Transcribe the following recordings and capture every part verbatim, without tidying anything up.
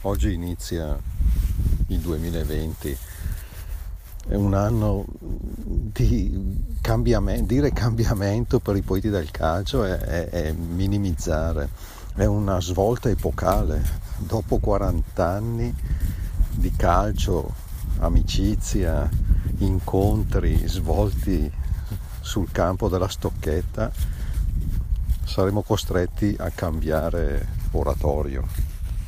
Oggi inizia il duemilaventi, è un anno di cambiamento. Dire cambiamento per i poeti del calcio è, è, è minimizzare, è una svolta epocale. Dopo quaranta anni di calcio, amicizia, incontri svolti sul campo della Stocchetta, saremo costretti a cambiare oratorio.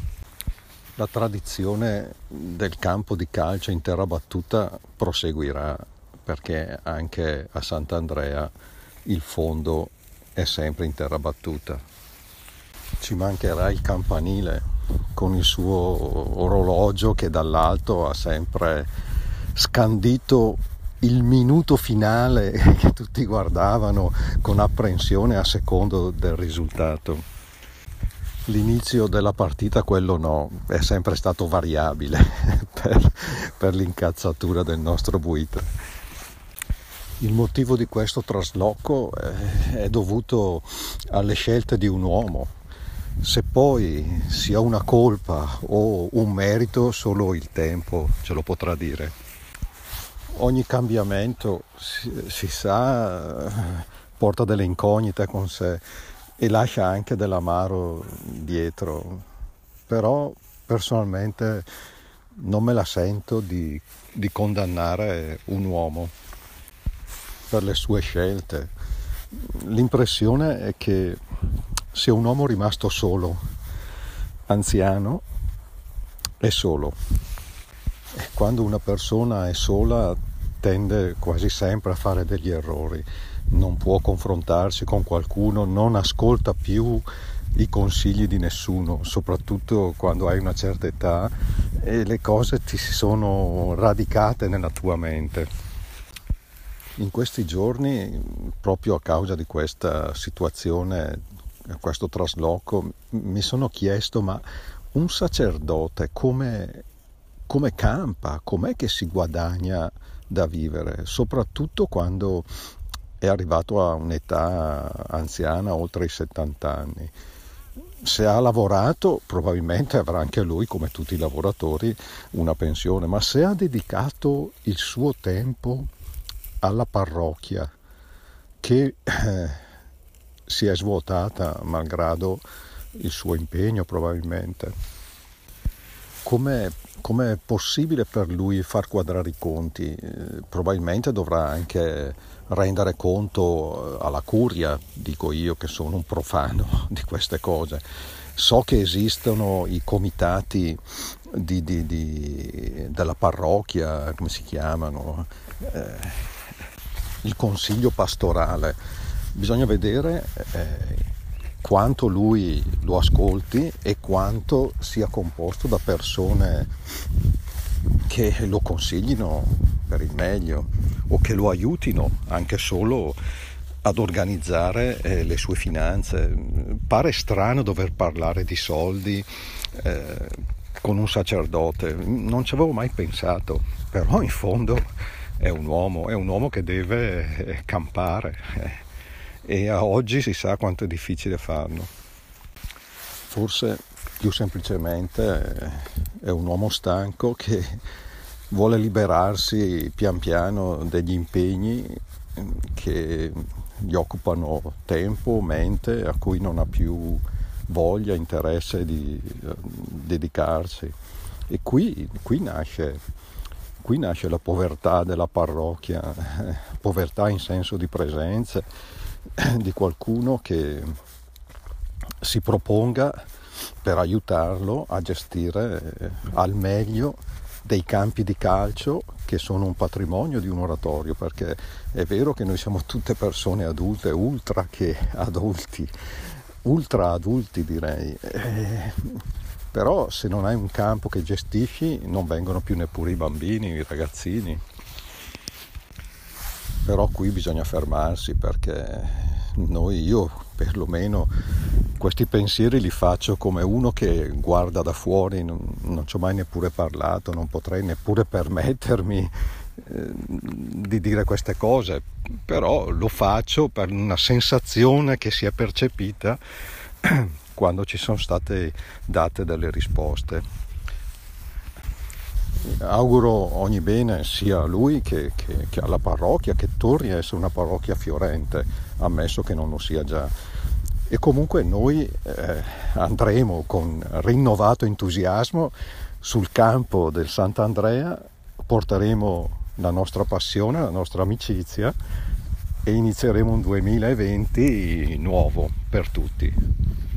La tradizione del campo di calcio in terra battuta proseguirà, perché anche a Sant'Andrea il fondo è sempre in terra battuta. Ci mancherà il campanile con il suo orologio che dall'alto ha sempre scandito il minuto finale che tutti guardavano con apprensione a secondo del risultato. L'inizio della partita, quello no, è sempre stato variabile per, per l'incazzatura del nostro buitre. Il motivo di questo trasloco è dovuto alle scelte di un uomo. Se poi sia una colpa o un merito, solo il tempo ce lo potrà dire. Ogni cambiamento, si, si sa, porta delle incognite con sé e lascia anche dell'amaro dietro, però personalmente non me la sento di, di condannare un uomo per le sue scelte. L'impressione è che sia un uomo rimasto solo, anziano e solo. E quando una persona è sola tende quasi sempre a fare degli errori. Non può confrontarsi con qualcuno, non ascolta più i consigli di nessuno, soprattutto quando hai una certa età e le cose ti si sono radicate nella tua mente. In questi giorni, proprio a causa di questa situazione, questo trasloco, mi sono chiesto: ma un sacerdote come, come campa? Com'è che si guadagna da vivere? Soprattutto quando è arrivato a un'età anziana, oltre i settanta anni. Se ha lavorato, probabilmente avrà anche lui, come tutti i lavoratori, una pensione, ma se ha dedicato il suo tempo alla parrocchia, che eh, si è svuotata malgrado il suo impegno probabilmente, come è possibile per lui far quadrare i conti? Eh, probabilmente dovrà anche rendere conto alla curia, dico io che sono un profano di queste cose. So che esistono i comitati di, di, di, della parrocchia, come si chiamano, eh, il consiglio pastorale. Bisogna vedere eh, quanto lui lo ascolti e quanto sia composto da persone che lo consiglino per il meglio o che lo aiutino anche solo ad organizzare eh, le sue finanze. Pare strano dover parlare di soldi eh, con un sacerdote, non ci avevo mai pensato, però in fondo è un uomo, è un uomo che deve eh, campare. Eh. E a oggi si sa quanto è difficile farlo. Forse più semplicemente è un uomo stanco che vuole liberarsi pian piano degli impegni che gli occupano tempo, mente, a cui non ha più voglia, interesse di dedicarsi. E qui, qui nasce qui nasce la povertà della parrocchia, povertà in senso di presenze, di qualcuno che si proponga per aiutarlo a gestire al meglio dei campi di calcio che sono un patrimonio di un oratorio, perché è vero che noi siamo tutte persone adulte, ultra che adulti, ultra adulti direi, eh, però se non hai un campo che gestisci non vengono più neppure i bambini, i ragazzini. Però qui bisogna fermarsi, perché noi, io perlomeno, questi pensieri li faccio come uno che guarda da fuori, non, non ci ho mai neppure parlato, non potrei neppure permettermi eh, di dire queste cose, però lo faccio per una sensazione che si è percepita quando ci sono state date delle risposte. auguro ogni bene sia a lui che, che, che alla parrocchia, che torni a essere una parrocchia fiorente, ammesso che non lo sia già. E comunque noi eh, andremo con rinnovato entusiasmo sul campo del Sant'Andrea, porteremo la nostra passione, la nostra amicizia e inizieremo un duemilaventi nuovo per tutti.